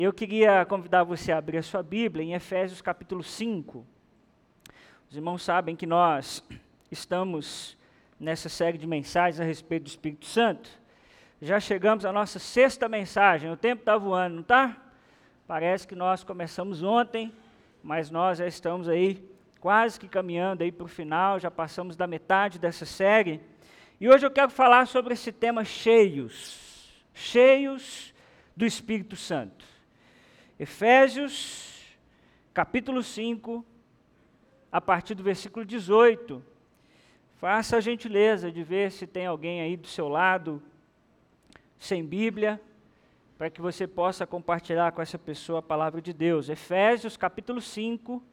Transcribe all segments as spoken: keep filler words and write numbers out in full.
Eu queria convidar você a abrir a sua Bíblia em Efésios capítulo cinco. Os irmãos sabem que nós estamos nessa série de mensagens a respeito do Espírito Santo. Já chegamos à nossa sexta mensagem, o tempo está voando, não está? Parece que nós começamos ontem, mas nós já estamos aí quase que caminhando aí para o final, já passamos da metade dessa série. E hoje eu quero falar sobre esse tema cheios, cheios do Espírito Santo. Efésios, capítulo cinco, a partir do versículo dezoito. Faça a gentileza de ver se tem alguém aí do seu lado, sem Bíblia, para que você possa compartilhar com essa pessoa a palavra de Deus. Efésios, capítulo cinco,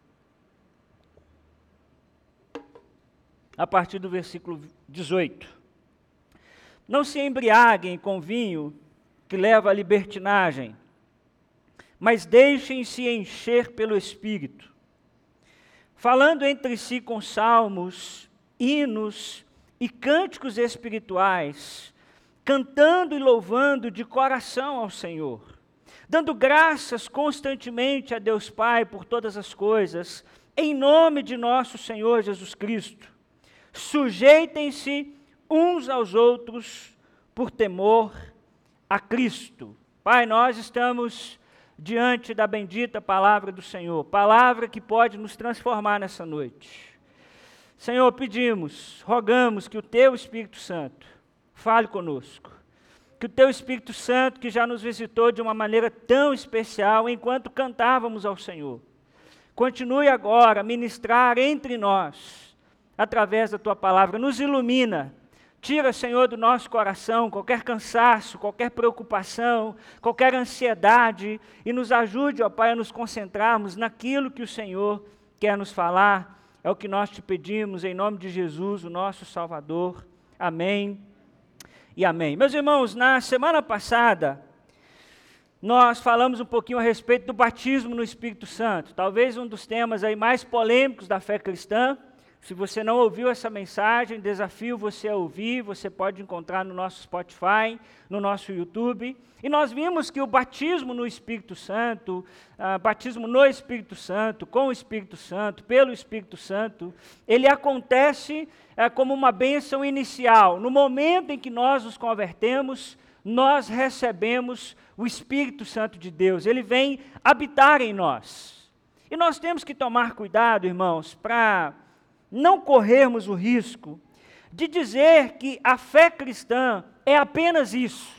a partir do versículo dezoito. Não se embriaguem com vinho que leva à libertinagem, mas deixem-se encher pelo Espírito, falando entre si com salmos, hinos e cânticos espirituais, cantando e louvando de coração ao Senhor, dando graças constantemente a Deus Pai por todas as coisas, em nome de nosso Senhor Jesus Cristo. Sujeitem-se uns aos outros por temor a Cristo. Pai, nós estamos diante da bendita palavra do Senhor, palavra que pode nos transformar nessa noite. Senhor, pedimos, rogamos que o Teu Espírito Santo fale conosco, que o Teu Espírito Santo, que já nos visitou de uma maneira tão especial enquanto cantávamos ao Senhor, continue agora a ministrar entre nós, através da Tua palavra, nos ilumina. Tira, Senhor, do nosso coração qualquer cansaço, qualquer preocupação, qualquer ansiedade e nos ajude, ó Pai, a nos concentrarmos naquilo que o Senhor quer nos falar. É o que nós te pedimos em nome de Jesus, o nosso Salvador. Amém e amém. Meus irmãos, na semana passada, nós falamos um pouquinho a respeito do batismo no Espírito Santo, talvez um dos temas aí mais polêmicos da fé cristã. Se você não ouviu essa mensagem, desafio você a ouvir, você pode encontrar no nosso Spotify, no nosso YouTube. E nós vimos que o batismo no Espírito Santo, uh, batismo no Espírito Santo, com o Espírito Santo, pelo Espírito Santo, ele acontece uh, como uma bênção inicial. No momento em que nós nos convertemos, nós recebemos o Espírito Santo de Deus. Ele vem habitar em nós. E nós temos que tomar cuidado, irmãos, para não corrermos o risco de dizer que a fé cristã é apenas isso.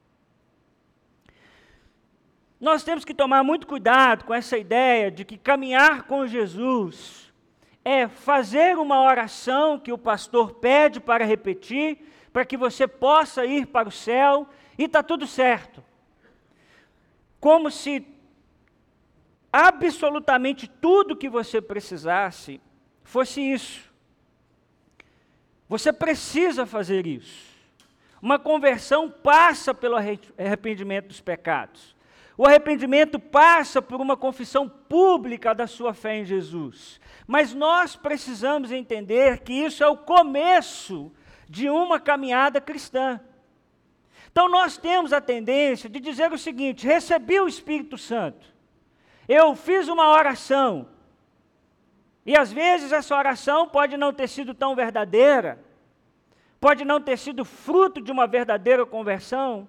Nós temos que tomar muito cuidado com essa ideia de que caminhar com Jesus é fazer uma oração que o pastor pede para repetir, para que você possa ir para o céu e está tudo certo. Como se absolutamente tudo que você precisasse fosse isso. Você precisa fazer isso. Uma conversão passa pelo arrependimento dos pecados. O arrependimento passa por uma confissão pública da sua fé em Jesus. Mas nós precisamos entender que isso é o começo de uma caminhada cristã. Então nós temos a tendência de dizer o seguinte: recebi o Espírito Santo, eu fiz uma oração, e às vezes essa oração pode não ter sido tão verdadeira, pode não ter sido fruto de uma verdadeira conversão,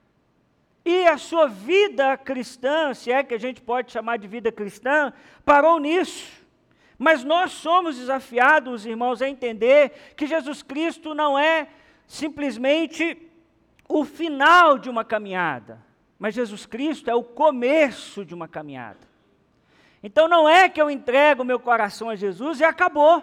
e a sua vida cristã, se é que a gente pode chamar de vida cristã, parou nisso. Mas nós somos desafiados, irmãos, a entender que Jesus Cristo não é simplesmente o final de uma caminhada, mas Jesus Cristo é o começo de uma caminhada. Então não é que eu entrego o meu coração a Jesus e acabou.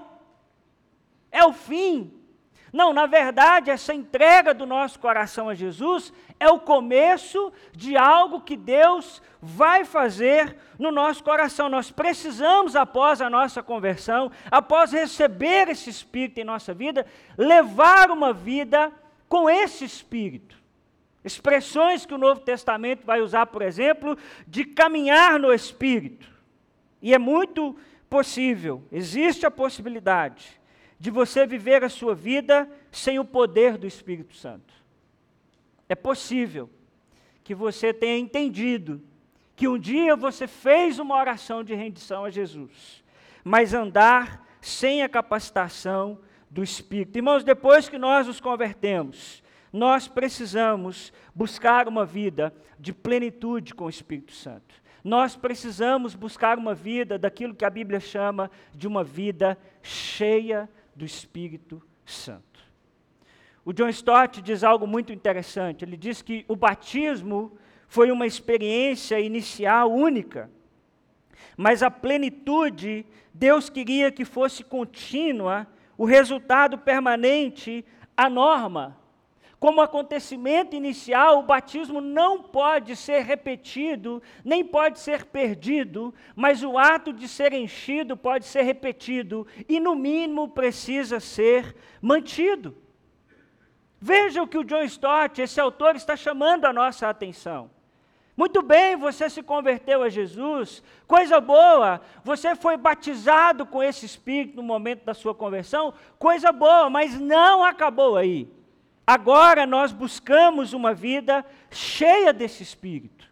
É o fim. Não, na verdade, essa entrega do nosso coração a Jesus é o começo de algo que Deus vai fazer no nosso coração. Nós precisamos, após a nossa conversão, após receber esse Espírito em nossa vida, levar uma vida com esse Espírito. Expressões que o Novo Testamento vai usar, por exemplo, de caminhar no Espírito. E é muito possível, existe a possibilidade de você viver a sua vida sem o poder do Espírito Santo. É possível que você tenha entendido que um dia você fez uma oração de rendição a Jesus, mas andar sem a capacitação do Espírito. Irmãos, depois que nós nos convertemos, nós precisamos buscar uma vida de plenitude com o Espírito Santo. Nós precisamos buscar uma vida daquilo que a Bíblia chama de uma vida cheia do Espírito Santo. O John Stott diz algo muito interessante. Ele diz que o batismo foi uma experiência inicial única, mas a plenitude, Deus queria que fosse contínua, o resultado permanente, a norma. Como acontecimento inicial, o batismo não pode ser repetido, nem pode ser perdido, mas o ato de ser enchido pode ser repetido e, no mínimo, precisa ser mantido. Veja o que o John Stott, esse autor, está chamando a nossa atenção. Muito bem, você se converteu a Jesus, coisa boa, você foi batizado com esse Espírito no momento da sua conversão, coisa boa, mas não acabou aí. Agora nós buscamos uma vida cheia desse Espírito.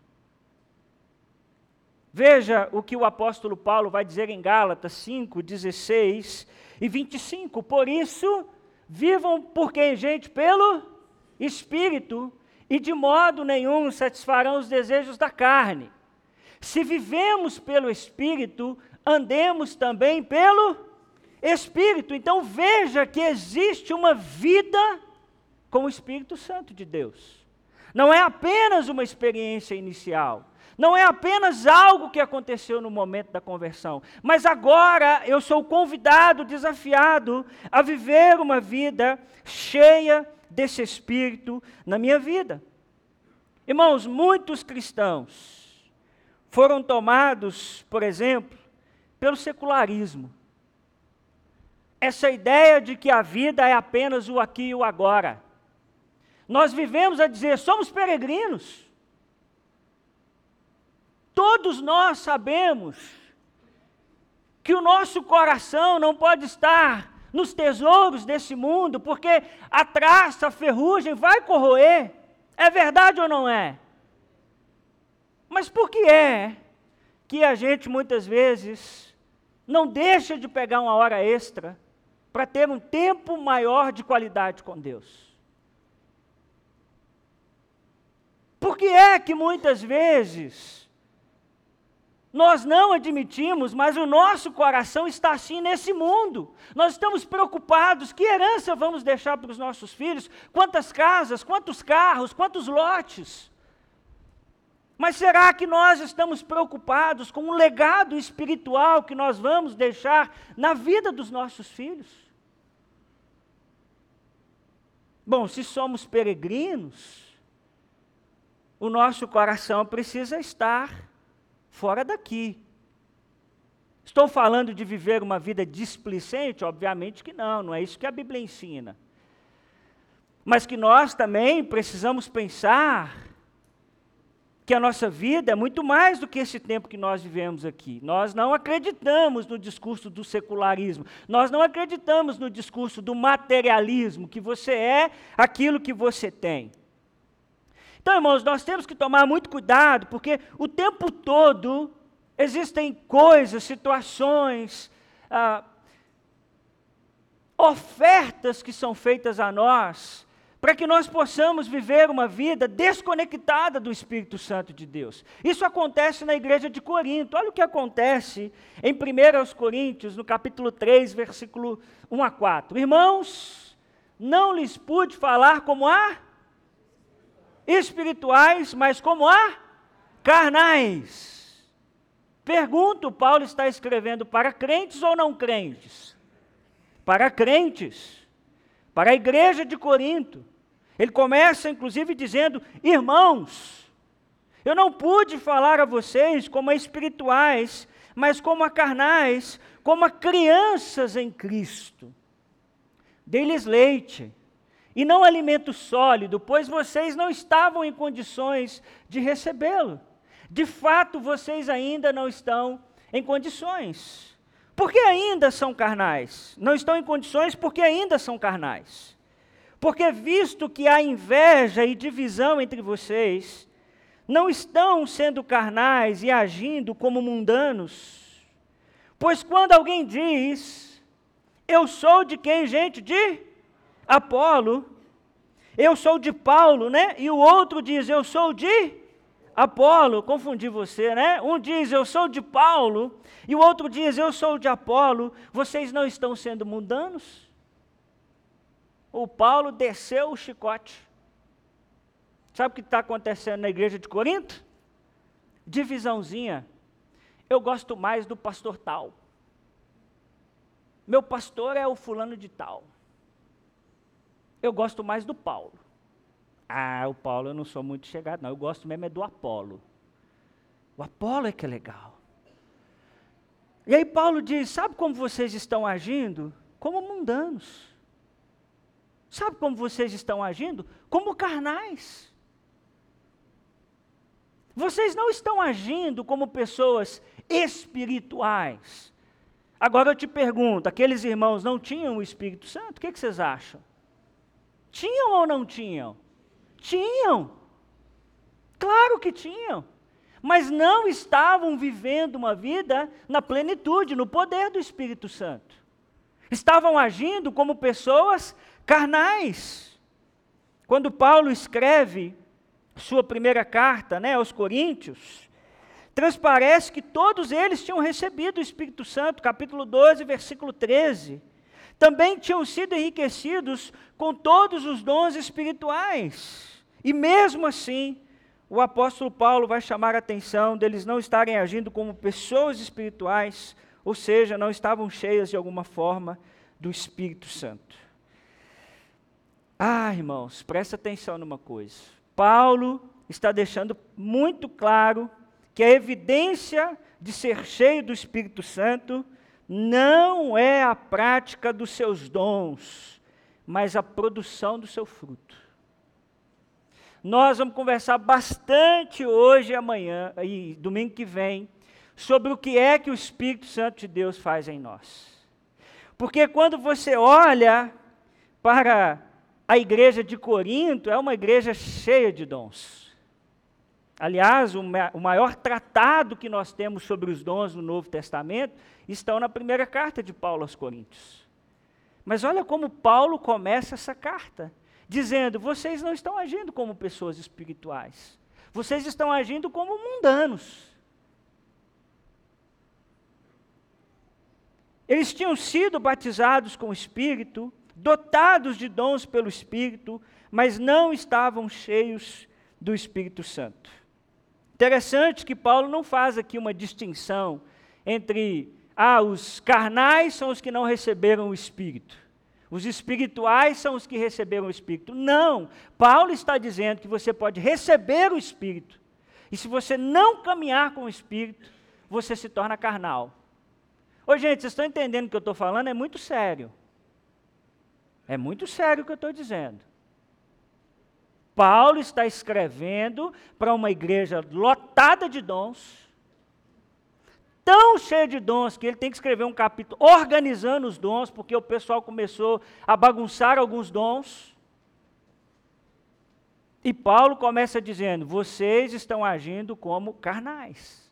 Veja o que o apóstolo Paulo vai dizer em Gálatas cinco, dezesseis e vinte e cinco. Por isso, vivam por quem, gente? Pelo Espírito, e de modo nenhum satisfarão os desejos da carne. Se vivemos pelo Espírito, andemos também pelo Espírito. Então veja que existe uma vida com o Espírito Santo de Deus. Não é apenas uma experiência inicial, não é apenas algo que aconteceu no momento da conversão, mas agora eu sou convidado, desafiado a viver uma vida cheia desse Espírito na minha vida. Irmãos, muitos cristãos foram tomados, por exemplo, pelo secularismo. Essa ideia de que a vida é apenas o aqui e o agora. Nós vivemos a dizer, somos peregrinos. Todos nós sabemos que o nosso coração não pode estar nos tesouros desse mundo, porque a traça, a ferrugem vai corroer. É verdade ou não é? Mas por que é que a gente muitas vezes não deixa de pegar uma hora extra para ter um tempo maior de qualidade com Deus? Por que é que muitas vezes nós não admitimos, mas o nosso coração está assim nesse mundo? Nós estamos preocupados, que herança vamos deixar para os nossos filhos? Quantas casas, quantos carros, quantos lotes? Mas será que nós estamos preocupados com o legado espiritual que nós vamos deixar na vida dos nossos filhos? Bom, se somos peregrinos, o nosso coração precisa estar fora daqui. Estou falando de viver uma vida displicente? Obviamente que não, não é isso que a Bíblia ensina. Mas que nós também precisamos pensar que a nossa vida é muito mais do que esse tempo que nós vivemos aqui. Nós não acreditamos no discurso do secularismo, nós não acreditamos no discurso do materialismo, que você é aquilo que você tem. Então, irmãos, nós temos que tomar muito cuidado, porque o tempo todo existem coisas, situações, ah, ofertas que são feitas a nós, para que nós possamos viver uma vida desconectada do Espírito Santo de Deus. Isso acontece na igreja de Corinto. Olha o que acontece em primeira Coríntios, no capítulo três, versículo um a quatro. Irmãos, não lhes pude falar como a espirituais, mas como a carnais. Pergunto, Paulo está escrevendo para crentes ou não crentes? Para crentes, para a igreja de Corinto. Ele começa, inclusive, dizendo, irmãos, eu não pude falar a vocês como a espirituais, mas como a carnais, como a crianças em Cristo. Dei-lhes leite, e não alimento sólido, pois vocês não estavam em condições de recebê-lo. De fato, vocês ainda não estão em condições. Porque ainda são carnais. Não estão em condições porque ainda são carnais. Porque visto que há inveja e divisão entre vocês, não estão sendo carnais e agindo como mundanos. Pois quando alguém diz, eu sou de quem, gente? De Apolo. Eu sou de Paulo, né? E o outro diz, eu sou de Apolo. Confundi você, né? Um diz, eu sou de Paulo. E o outro diz, eu sou de Apolo. Vocês não estão sendo mundanos? O Paulo desceu o chicote. Sabe o que está acontecendo na igreja de Corinto? Divisãozinha. Eu gosto mais do pastor tal. Meu pastor é o fulano de tal. Eu gosto mais do Paulo. Ah, o Paulo eu não sou muito chegado, não. Eu gosto mesmo é do Apolo. O Apolo é que é legal. E aí Paulo diz, sabe como vocês estão agindo? Como mundanos. Sabe como vocês estão agindo? Como carnais. Vocês não estão agindo como pessoas espirituais. Agora eu te pergunto, aqueles irmãos não tinham o Espírito Santo? O que, que vocês acham? Tinham ou não tinham? Tinham. Claro que tinham. Mas não estavam vivendo uma vida na plenitude, no poder do Espírito Santo. Estavam agindo como pessoas carnais. Quando Paulo escreve sua primeira carta, né, aos Coríntios, transparece que todos eles tinham recebido o Espírito Santo, capítulo doze, versículo treze. Também tinham sido enriquecidos com todos os dons espirituais. E mesmo assim, o apóstolo Paulo vai chamar a atenção deles não estarem agindo como pessoas espirituais, ou seja, não estavam cheias de alguma forma do Espírito Santo. Ah, irmãos, presta atenção numa coisa. Paulo está deixando muito claro que a evidência de ser cheio do Espírito Santo não é a prática dos seus dons, mas a produção do seu fruto. Nós vamos conversar bastante hoje e amanhã, e domingo que vem, sobre o que é que o Espírito Santo de Deus faz em nós. Porque quando você olha para a igreja de Corinto, é uma igreja cheia de dons. Aliás, o, ma- o maior tratado que nós temos sobre os dons no Novo Testamento estão na primeira carta de Paulo aos Coríntios. Mas olha como Paulo começa essa carta, dizendo, vocês não estão agindo como pessoas espirituais, vocês estão agindo como mundanos. Eles tinham sido batizados com o Espírito, dotados de dons pelo Espírito, mas não estavam cheios do Espírito Santo. Interessante que Paulo não faz aqui uma distinção entre, ah, os carnais são os que não receberam o Espírito, os espirituais são os que receberam o Espírito. Não, Paulo está dizendo que você pode receber o Espírito, e se você não caminhar com o Espírito, você se torna carnal. Ô gente, vocês estão entendendo o que eu estou falando? É muito sério. É muito sério o que eu estou dizendo. Paulo está escrevendo para uma igreja lotada de dons, tão cheia de dons que ele tem que escrever um capítulo organizando os dons, porque o pessoal começou a bagunçar alguns dons. E Paulo começa dizendo, vocês estão agindo como carnais.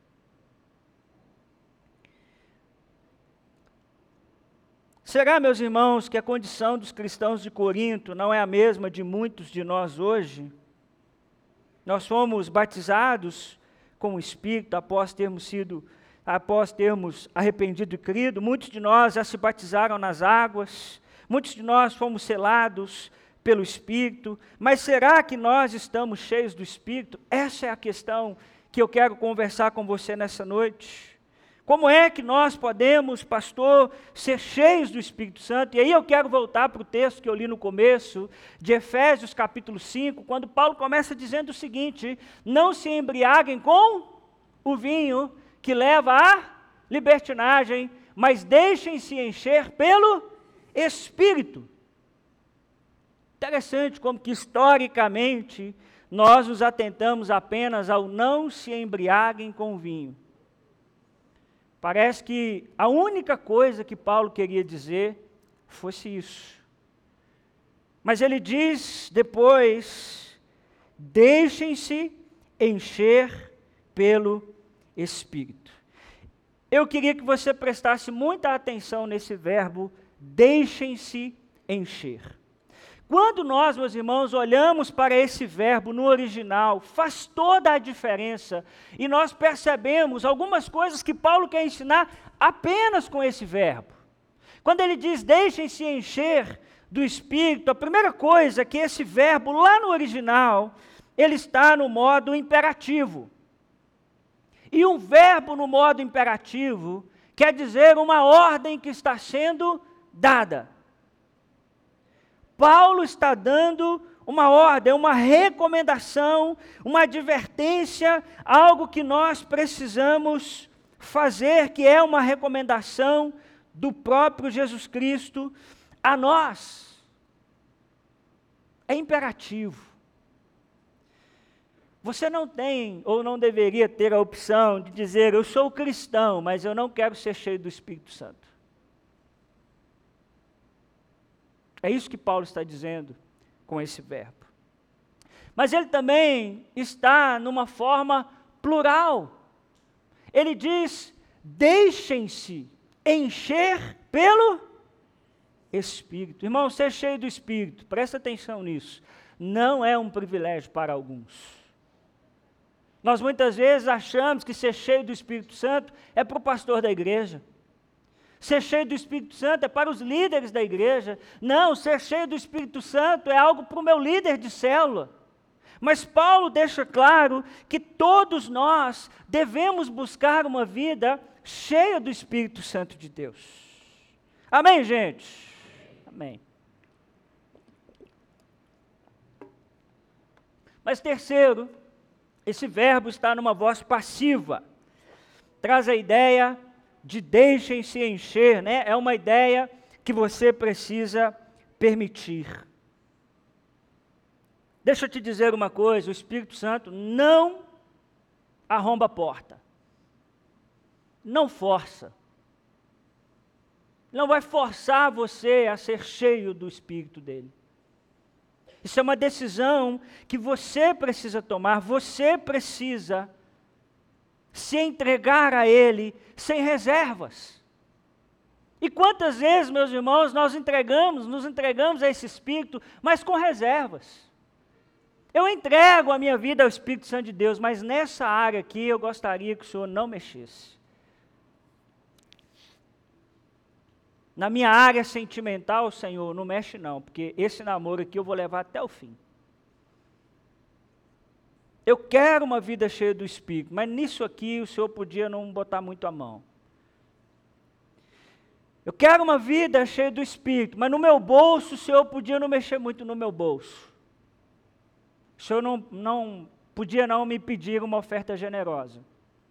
Será, meus irmãos, que a condição dos cristãos de Corinto não é a mesma de muitos de nós hoje? Nós fomos batizados com o Espírito após termos sido, após termos arrependido e crido. Muitos de nós já se batizaram nas águas, muitos de nós fomos selados pelo Espírito, mas será que nós estamos cheios do Espírito? Essa é a questão que eu quero conversar com você nessa noite. Como é que nós podemos, pastor, ser cheios do Espírito Santo? E aí eu quero voltar para o texto que eu li no começo, de Efésios capítulo cinco, quando Paulo começa dizendo o seguinte, não se embriaguem com o vinho que leva à libertinagem, mas deixem-se encher pelo Espírito. Interessante como que historicamente nós nos atentamos apenas ao não se embriaguem com o vinho. Parece que a única coisa que Paulo queria dizer fosse isso. Mas ele diz depois, deixem-se encher pelo Espírito. Eu queria que você prestasse muita atenção nesse verbo, deixem-se encher. Quando nós, meus irmãos, olhamos para esse verbo no original, faz toda a diferença e nós percebemos algumas coisas que Paulo quer ensinar apenas com esse verbo. Quando ele diz deixem-se encher do Espírito, a primeira coisa é que esse verbo lá no original, ele está no modo imperativo. E um verbo no modo imperativo quer dizer uma ordem que está sendo dada. Paulo está dando uma ordem, uma recomendação, uma advertência, algo que nós precisamos fazer, que é uma recomendação do próprio Jesus Cristo a nós. É imperativo. Você não tem ou não deveria ter a opção de dizer, eu sou cristão, mas eu não quero ser cheio do Espírito Santo. É isso que Paulo está dizendo com esse verbo. Mas ele também está numa forma plural. Ele diz, deixem-se encher pelo Espírito. Irmão, ser cheio do Espírito, presta atenção nisso, não é um privilégio para alguns. Nós muitas vezes achamos que ser cheio do Espírito Santo é para o pastor da igreja. Ser cheio do Espírito Santo é para os líderes da igreja. Não, ser cheio do Espírito Santo é algo para o meu líder de célula. Mas Paulo deixa claro que todos nós devemos buscar uma vida cheia do Espírito Santo de Deus. Amém, gente? Amém. Mas terceiro, esse verbo está numa voz passiva. Traz a ideia de deixem-se encher, né? É uma ideia que você precisa permitir. Deixa eu te dizer uma coisa, o Espírito Santo não arromba a porta. Não força. Não vai forçar você a ser cheio do Espírito dele. Isso é uma decisão que você precisa tomar, você precisa se entregar a ele sem reservas. E quantas vezes, meus irmãos, nós entregamos, nos entregamos a esse Espírito, mas com reservas. Eu entrego a minha vida ao Espírito Santo de Deus, mas nessa área aqui eu gostaria que o Senhor não mexesse. Na minha área sentimental, Senhor, não mexe não, porque esse namoro aqui eu vou levar até o fim. Eu quero uma vida cheia do Espírito, mas nisso aqui o Senhor podia não botar muito a mão. Eu quero uma vida cheia do Espírito, mas no meu bolso o Senhor podia não mexer muito no meu bolso. O Senhor não, não podia não me pedir uma oferta generosa.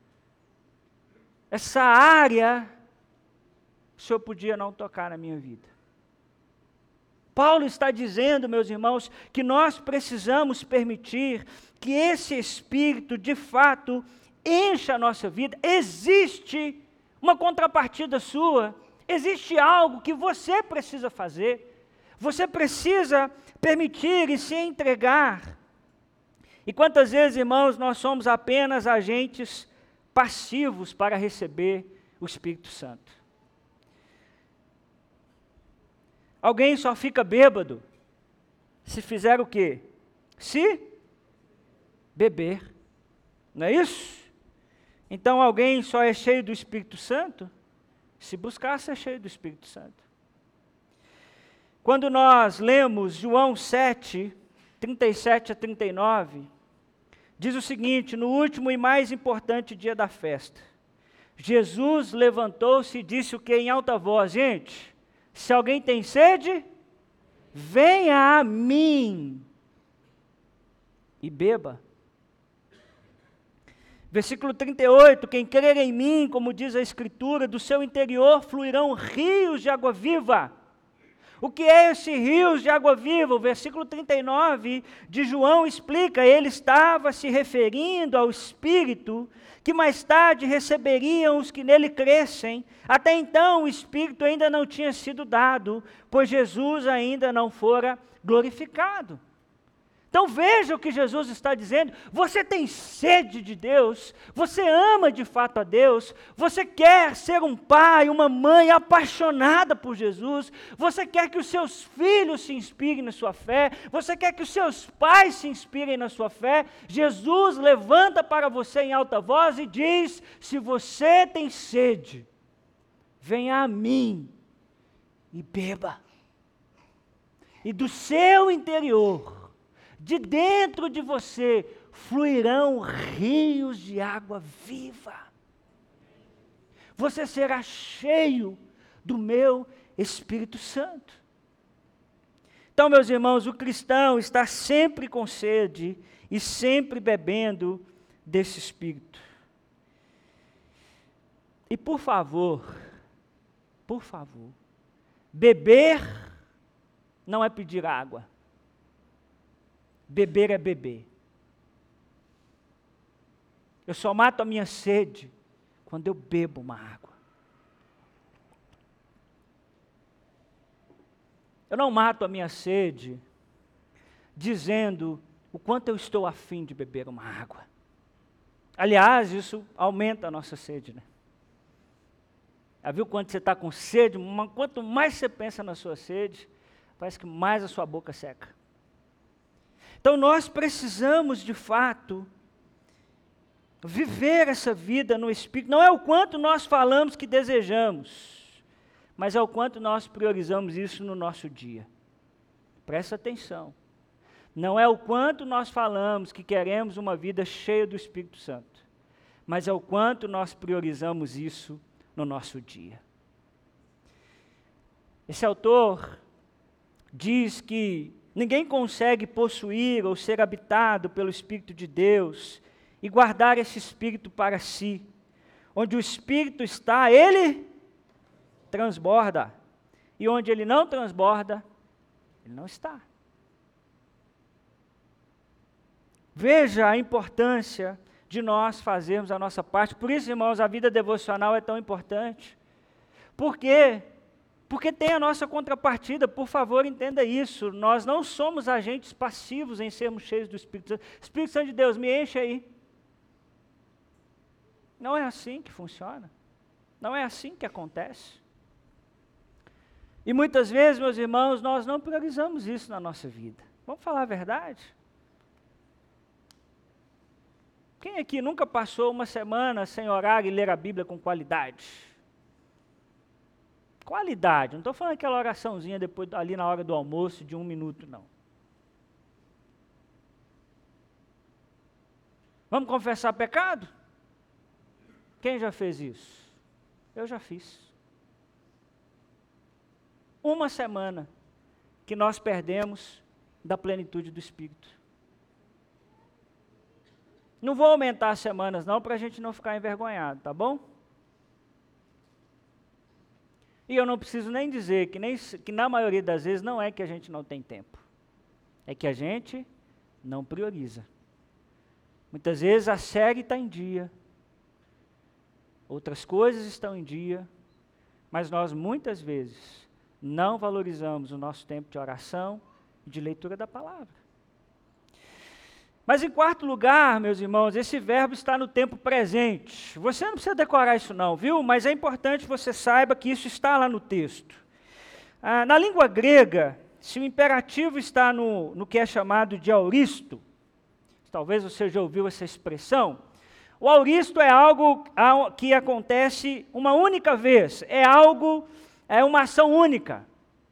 Essa área, o Senhor podia não tocar na minha vida. Paulo está dizendo, meus irmãos, que nós precisamos permitir que esse Espírito, de fato, encha a nossa vida. Existe uma contrapartida sua, existe algo que você precisa fazer. Você precisa permitir e se entregar. E quantas vezes, irmãos, nós somos apenas agentes passivos para receber o Espírito Santo. Alguém só fica bêbado se fizer o quê? Se beber. Não é isso? Então alguém só é cheio do Espírito Santo se buscar ser cheio do Espírito Santo. Quando nós lemos João sete, trinta e sete a trinta e nove, diz o seguinte: no último e mais importante dia da festa, Jesus levantou-se e disse o que em alta voz? Gente, se alguém tem sede, venha a mim e beba. Versículo trinta e oito, quem crer em mim, como diz a Escritura, do seu interior fluirão rios de água viva. O que é esse rios de água viva? O versículo trinta e nove de João explica, ele estava se referindo ao Espírito que mais tarde receberiam os que nele crescem. Até então o Espírito ainda não tinha sido dado, pois Jesus ainda não fora glorificado. Então veja o que Jesus está dizendo, você tem sede de Deus, você ama de fato a Deus, você quer ser um pai, uma mãe apaixonada por Jesus, você quer que os seus filhos se inspirem na sua fé, você quer que os seus pais se inspirem na sua fé. Jesus levanta para você em alta voz e diz, se você tem sede, venha a mim e beba. E do seu interior, de dentro de você, fluirão rios de água viva. Você será cheio do meu Espírito Santo. Então, meus irmãos, o cristão está sempre com sede e sempre bebendo desse Espírito. E por favor, por favor, beber não é pedir água. Beber é beber. Eu só mato a minha sede quando eu bebo uma água. Eu não mato a minha sede dizendo o quanto eu estou afim de beber uma água. Aliás, isso aumenta a nossa sede, né? Já viu quando você está com sede? Quanto mais você pensa na sua sede, parece que mais a sua boca seca. Então nós precisamos, de fato, viver essa vida no Espírito. Não é o quanto nós falamos que desejamos, mas é o quanto nós priorizamos isso no nosso dia. Presta atenção. Não é o quanto nós falamos que queremos uma vida cheia do Espírito Santo, mas é o quanto nós priorizamos isso no nosso dia. Esse autor diz que ninguém consegue possuir ou ser habitado pelo Espírito de Deus e guardar esse Espírito para si. Onde o Espírito está, ele transborda. E onde ele não transborda, ele não está. Veja a importância de nós fazermos a nossa parte. Por isso, irmãos, a vida devocional é tão importante. Por quê? Porque tem a nossa contrapartida, por favor, entenda isso. Nós não somos agentes passivos em sermos cheios do Espírito Santo. Espírito Santo de Deus, me enche aí. Não é assim que funciona. Não é assim que acontece. E muitas vezes, meus irmãos, nós não priorizamos isso na nossa vida. Vamos falar a verdade? Quem aqui nunca passou uma semana sem orar e ler a Bíblia com qualidade? Qualidade, não estou falando aquela oraçãozinha depois, ali na hora do almoço, de um minuto, não. Vamos confessar pecado? Quem já fez isso? Eu já fiz. Uma semana que nós perdemos da plenitude do Espírito. Não vou aumentar as semanas não, para a gente não ficar envergonhado, tá bom? E eu não preciso nem dizer que, nem, que na maioria das vezes não é que a gente não tem tempo. É que a gente não prioriza. Muitas vezes a série está em dia. Outras coisas estão em dia. Mas nós muitas vezes não valorizamos o nosso tempo de oração e de leitura da palavra. Mas em quarto lugar, meus irmãos, esse verbo está no tempo presente. Você não precisa decorar isso não, viu? Mas é importante que você saiba que isso está lá no texto. Ah, na língua grega, se o imperativo está no, no que é chamado de auristo, talvez você já ouviu essa expressão, o auristo é algo que acontece uma única vez, é algo, é uma ação única.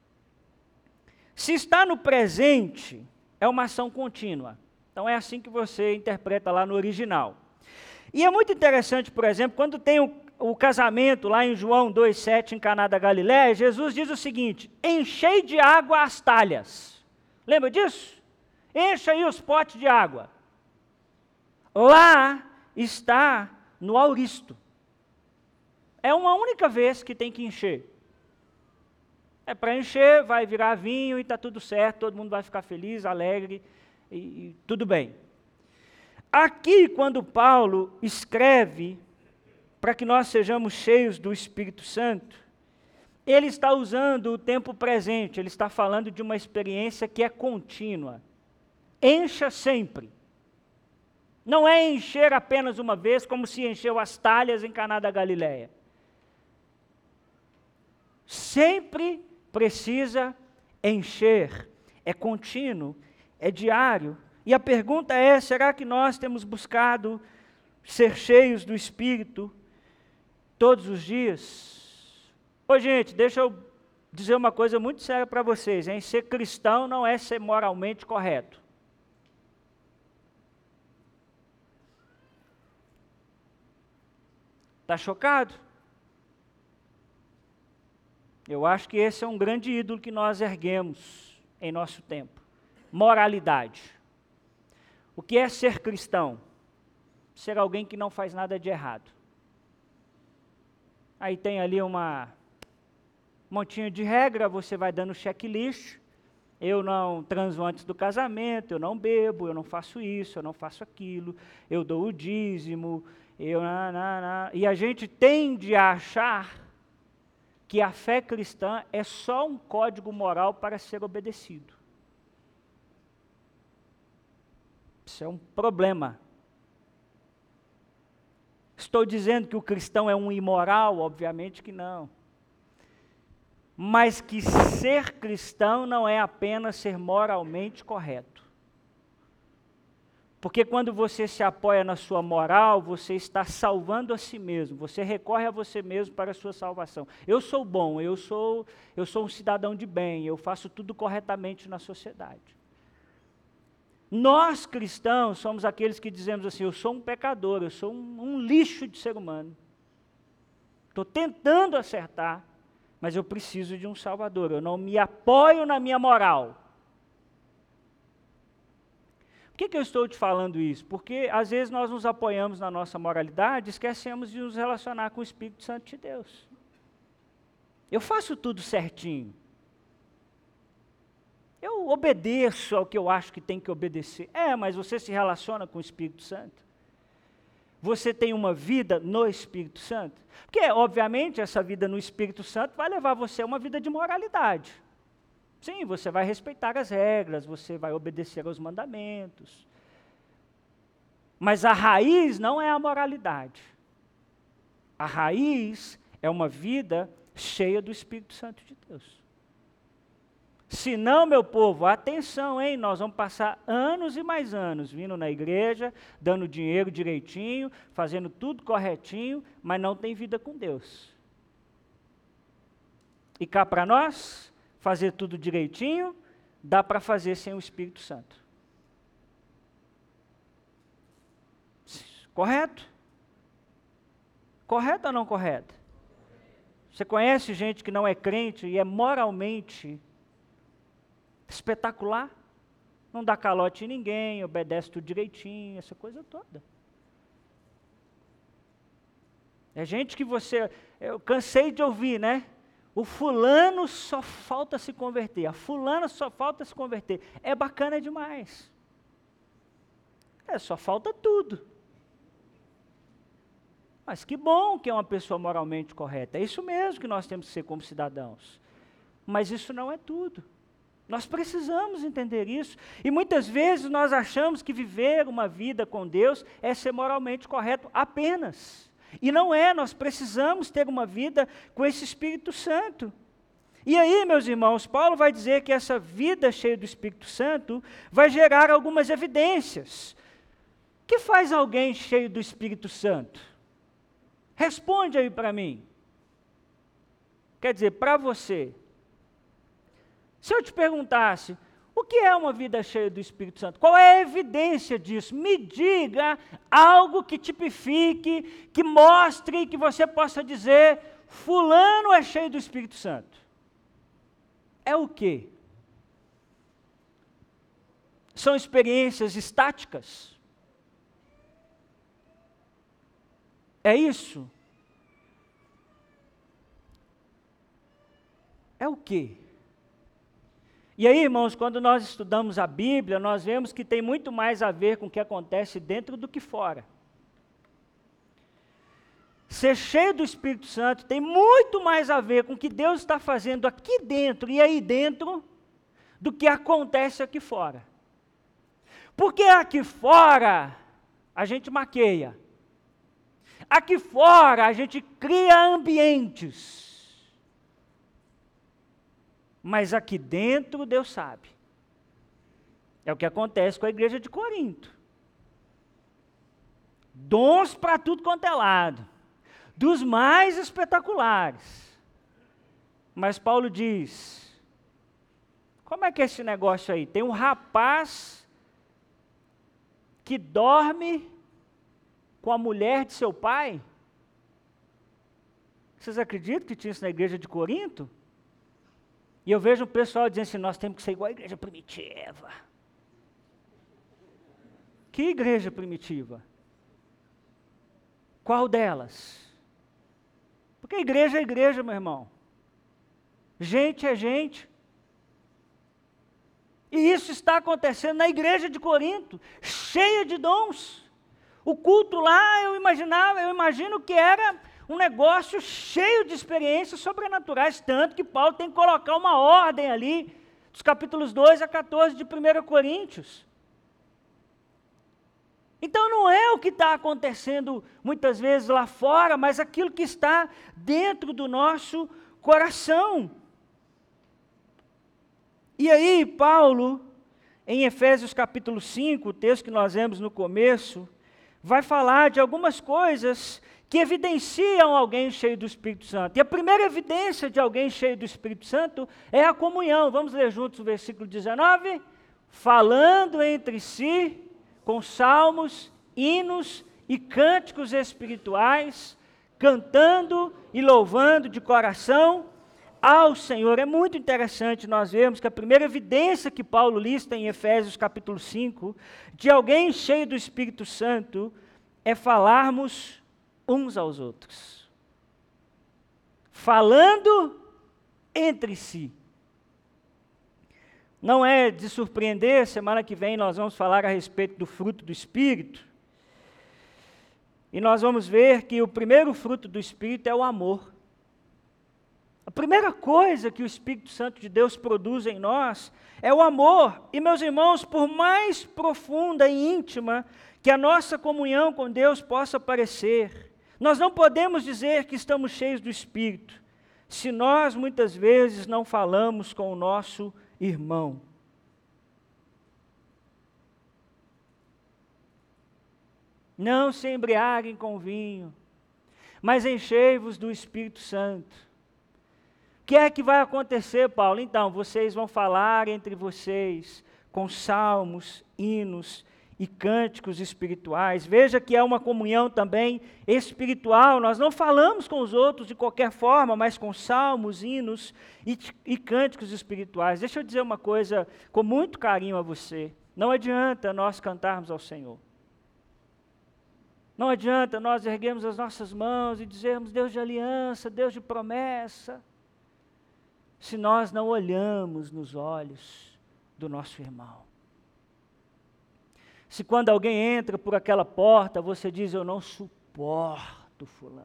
Se está no presente, é uma ação contínua. Então é assim que você interpreta lá no original. E é muito interessante, por exemplo, quando tem o, o casamento lá em João dois, sete, em Caná da Galiléia, Jesus diz o seguinte, enchei de água as talhas. Lembra disso? Encha aí os potes de água. Lá está no auristo. É uma única vez que tem que encher. É para encher, vai virar vinho e está tudo certo, todo mundo vai ficar feliz, alegre, e, e tudo bem. Aqui, quando Paulo escreve para que nós sejamos cheios do Espírito Santo, ele está usando o tempo presente, ele está falando de uma experiência que é contínua. Encha sempre. Não é encher apenas uma vez, como se encheu as talhas em Caná da Galileia. Sempre precisa encher. É contínuo, é diário. E a pergunta é, será que nós temos buscado ser cheios do Espírito todos os dias? Ô gente, deixa eu dizer uma coisa muito séria para vocês, hein? Ser cristão não é ser moralmente correto. Está chocado? Eu acho que esse é um grande ídolo que nós erguemos em nosso tempo. Moralidade. O que é ser cristão? Ser alguém que não faz nada de errado. Aí tem ali uma montinho de regra, você vai dando checklist. Eu não transo antes do casamento, eu não bebo, eu não faço isso, eu não faço aquilo, eu dou o dízimo, eu... Na, na, na. E a gente tende a achar que a fé cristã é só um código moral para ser obedecido. Isso é um problema. Estou dizendo que o cristão é um imoral? Obviamente que não. Mas que ser cristão não é apenas ser moralmente correto. Porque quando você se apoia na sua moral, você está salvando a si mesmo, você recorre a você mesmo para a sua salvação. Eu sou bom, eu sou, eu sou um cidadão de bem, eu faço tudo corretamente na sociedade. Nós cristãos somos aqueles que dizemos assim, eu sou um pecador, eu sou um, um lixo de ser humano. Estou tentando acertar, mas eu preciso de um Salvador, eu não me apoio na minha moral. Por que, que eu estou te falando isso? Porque às vezes nós nos apoiamos na nossa moralidade e esquecemos de nos relacionar com o Espírito Santo de Deus. Eu faço tudo certinho. Eu obedeço ao que eu acho que tem que obedecer. É, mas você se relaciona com o Espírito Santo? Você tem uma vida no Espírito Santo? Porque, obviamente, essa vida no Espírito Santo vai levar você a uma vida de moralidade. Sim, você vai respeitar as regras, você vai obedecer aos mandamentos. Mas a raiz não é a moralidade. A raiz é uma vida cheia do Espírito Santo de Deus. Se não, meu povo, atenção, hein? Nós vamos passar anos e mais anos vindo na igreja, dando dinheiro direitinho, fazendo tudo corretinho, mas não tem vida com Deus. E cá para nós, fazer tudo direitinho, dá para fazer sem o Espírito Santo. Correto? Correto ou não correto? Você conhece gente que não é crente e é moralmente espetacular? Não dá calote em ninguém, obedece tudo direitinho, essa coisa toda. É gente que você... Eu cansei de ouvir, né? O fulano só falta se converter, a fulana só falta se converter. É bacana demais. É, só falta tudo. Mas que bom que é uma pessoa moralmente correta. É isso mesmo que nós temos que ser como cidadãos. Mas isso não é tudo. Nós precisamos entender isso. E muitas vezes nós achamos que viver uma vida com Deus é ser moralmente correto apenas. E não é, nós precisamos ter uma vida com esse Espírito Santo. E aí, meus irmãos, Paulo vai dizer que essa vida cheia do Espírito Santo vai gerar algumas evidências. O que faz alguém cheio do Espírito Santo? Responde aí para mim. Quer dizer, para você. Se eu te perguntasse, o que é uma vida cheia do Espírito Santo? Qual é a evidência disso? Me diga algo que tipifique, que mostre, que você possa dizer, fulano é cheio do Espírito Santo. É o quê? São experiências estáticas? É isso? É o quê? E aí, irmãos, quando nós estudamos a Bíblia, nós vemos que tem muito mais a ver com o que acontece dentro do que fora. Ser cheio do Espírito Santo tem muito mais a ver com o que Deus está fazendo aqui dentro e aí dentro, do que acontece aqui fora. Porque aqui fora a gente maqueia. Aqui fora a gente cria ambientes. Mas aqui dentro Deus sabe. É o que acontece com a igreja de Corinto. Dons para tudo quanto é lado. Dos mais espetaculares. Mas Paulo diz, como é que é esse negócio aí? Tem um rapaz que dorme com a mulher de seu pai? Vocês acreditam que tinha isso na igreja de Corinto? E eu vejo o pessoal dizendo assim, nós temos que ser igual a igreja primitiva. Que igreja primitiva? Qual delas? Porque igreja é igreja, meu irmão. Gente é gente. E isso está acontecendo na igreja de Corinto, cheia de dons. O culto lá, eu imaginava, eu imagino que era um negócio cheio de experiências sobrenaturais, tanto que Paulo tem que colocar uma ordem ali, dos capítulos dois a quatorze de primeira Coríntios. Então não é o que está acontecendo muitas vezes lá fora, mas aquilo que está dentro do nosso coração. E aí, Paulo, em Efésios capítulo cinco, o texto que nós vemos no começo, vai falar de algumas coisas que evidenciam alguém cheio do Espírito Santo. E a primeira evidência de alguém cheio do Espírito Santo é a comunhão. Vamos ler juntos o versículo dezenove? Falando entre si, com salmos, hinos e cânticos espirituais, cantando e louvando de coração ao Senhor. É muito interessante nós vermos que a primeira evidência que Paulo lista em Efésios capítulo cinco, de alguém cheio do Espírito Santo, é falarmos uns aos outros. Falando entre si. Não é de surpreender, semana que vem nós vamos falar a respeito do fruto do Espírito. E nós vamos ver que o primeiro fruto do Espírito é o amor. A primeira coisa que o Espírito Santo de Deus produz em nós é o amor. E, meus irmãos, por mais profunda e íntima que a nossa comunhão com Deus possa parecer, nós não podemos dizer que estamos cheios do Espírito, se nós muitas vezes não falamos com o nosso irmão. Não se embriaguem com vinho, mas enchei-vos do Espírito Santo. O que é que vai acontecer, Paulo? Então, vocês vão falar entre vocês com salmos, hinos e cânticos espirituais. Veja que é uma comunhão também espiritual. Nós não falamos com os outros de qualquer forma, mas com salmos, hinos e, e cânticos espirituais. Deixa eu dizer uma coisa com muito carinho a você. Não adianta nós cantarmos ao Senhor. Não adianta nós erguermos as nossas mãos e dizermos Deus de aliança, Deus de promessa, se nós não olhamos nos olhos do nosso irmão. Se quando alguém entra por aquela porta, você diz, eu não suporto fulano.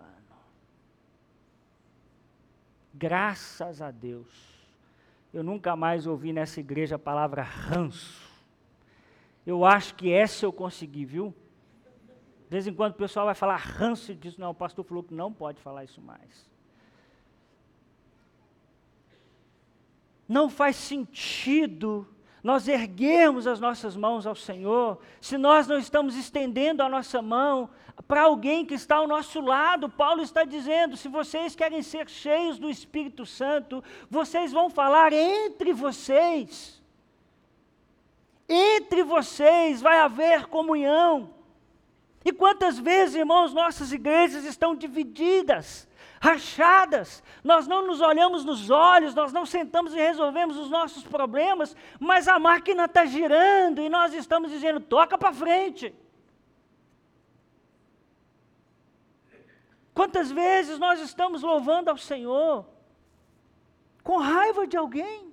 Graças a Deus, eu nunca mais ouvi nessa igreja a palavra ranço. Eu acho que essa eu consegui, viu? De vez em quando o pessoal vai falar ranço e diz, não, o pastor falou que não pode falar isso mais. Não faz sentido nós erguermos as nossas mãos ao Senhor, se nós não estamos estendendo a nossa mão para alguém que está ao nosso lado. Paulo está dizendo, se vocês querem ser cheios do Espírito Santo, vocês vão falar entre vocês. Entre vocês vai haver comunhão. E quantas vezes, irmãos, nossas igrejas estão divididas, rachadas, nós não nos olhamos nos olhos, nós não sentamos e resolvemos os nossos problemas, mas a máquina está girando e nós estamos dizendo, toca para frente. Quantas vezes nós estamos louvando ao Senhor, com raiva de alguém?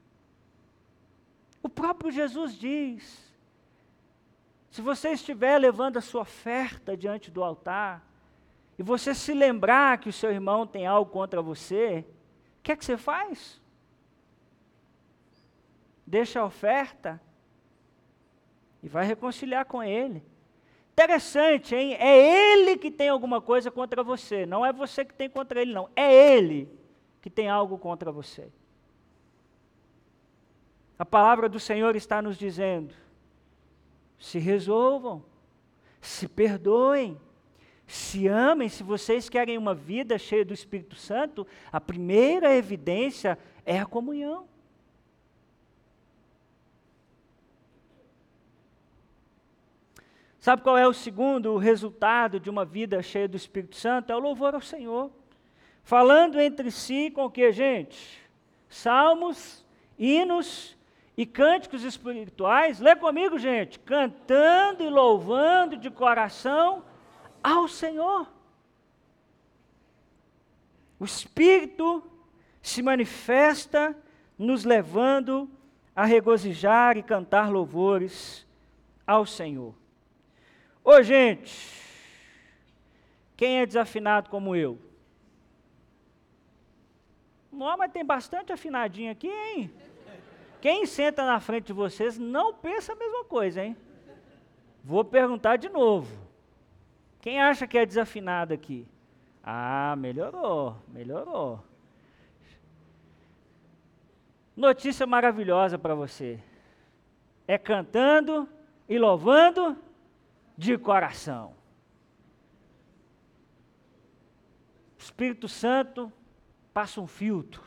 O próprio Jesus diz, se você estiver levando a sua oferta diante do altar, e você se lembrar que o seu irmão tem algo contra você, o que é que você faz? Deixa a oferta e vai reconciliar com ele. Interessante, hein? É ele que tem alguma coisa contra você, não é você que tem contra ele, não. É ele que tem algo contra você. A palavra do Senhor está nos dizendo: se resolvam, se perdoem, se amem. Se vocês querem uma vida cheia do Espírito Santo, a primeira evidência é a comunhão. Sabe qual é o segundo resultado de uma vida cheia do Espírito Santo? É o louvor ao Senhor. Falando entre si com o que, gente? Salmos, hinos e cânticos espirituais. Lê comigo, gente. Cantando e louvando de coração ao Senhor. O Espírito se manifesta nos levando a regozijar e cantar louvores ao Senhor. Ô, gente, quem é desafinado como eu? Não, mas tem bastante afinadinho aqui, hein? Quem senta na frente de vocês não pensa a mesma coisa, hein? Vou perguntar de novo. Quem acha que é desafinado aqui? Ah, melhorou, melhorou. Notícia maravilhosa para você. É cantando e louvando de coração. O Espírito Santo passa um filtro.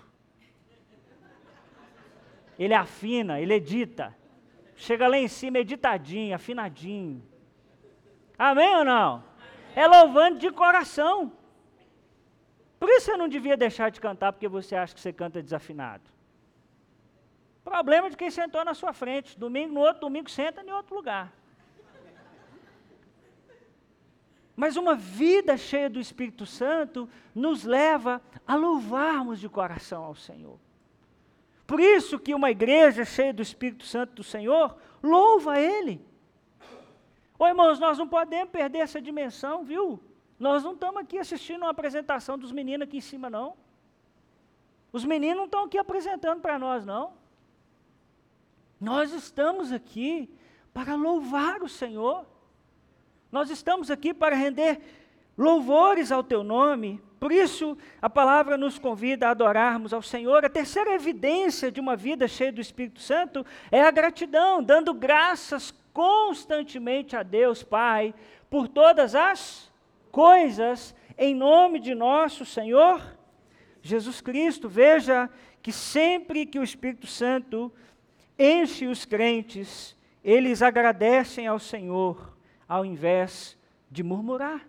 Ele afina, ele edita. Chega lá em cima editadinho, afinadinho. Amém ou não? É louvando de coração. Por isso você não devia deixar de cantar porque você acha que você canta desafinado. Problema de quem sentou na sua frente. Domingo, no outro domingo, senta em outro lugar. Mas uma vida cheia do Espírito Santo nos leva a louvarmos de coração ao Senhor. Por isso que uma igreja cheia do Espírito Santo do Senhor, louva a Ele. Ô irmãos, nós não podemos perder essa dimensão, viu? Nós não estamos aqui assistindo uma apresentação dos meninos aqui em cima, não. Os meninos não estão aqui apresentando para nós, não. Nós estamos aqui para louvar o Senhor. Nós estamos aqui para render louvores ao teu nome. Por isso, a palavra nos convida a adorarmos ao Senhor. A terceira evidência de uma vida cheia do Espírito Santo é a gratidão, dando graças constantemente a Deus Pai por todas as coisas, em nome de nosso Senhor Jesus Cristo. Veja que sempre que o Espírito Santo enche os crentes, eles agradecem ao Senhor, ao invés de murmurar.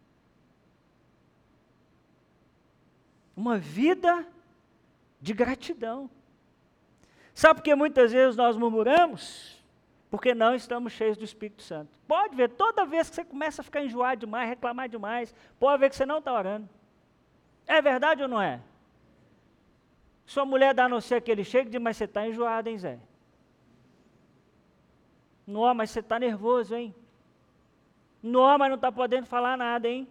Uma vida de gratidão. Sabe por que muitas vezes nós murmuramos? Porque não estamos cheios do Espírito Santo. Pode ver, toda vez que você começa a ficar enjoado demais, reclamar demais, pode ver que você não está orando. É verdade ou não é? Sua mulher dá a não ser aquele chego e diz, mas você está enjoado, hein, Zé? Não, mas você está nervoso, hein? Não, mas não está podendo falar nada, hein?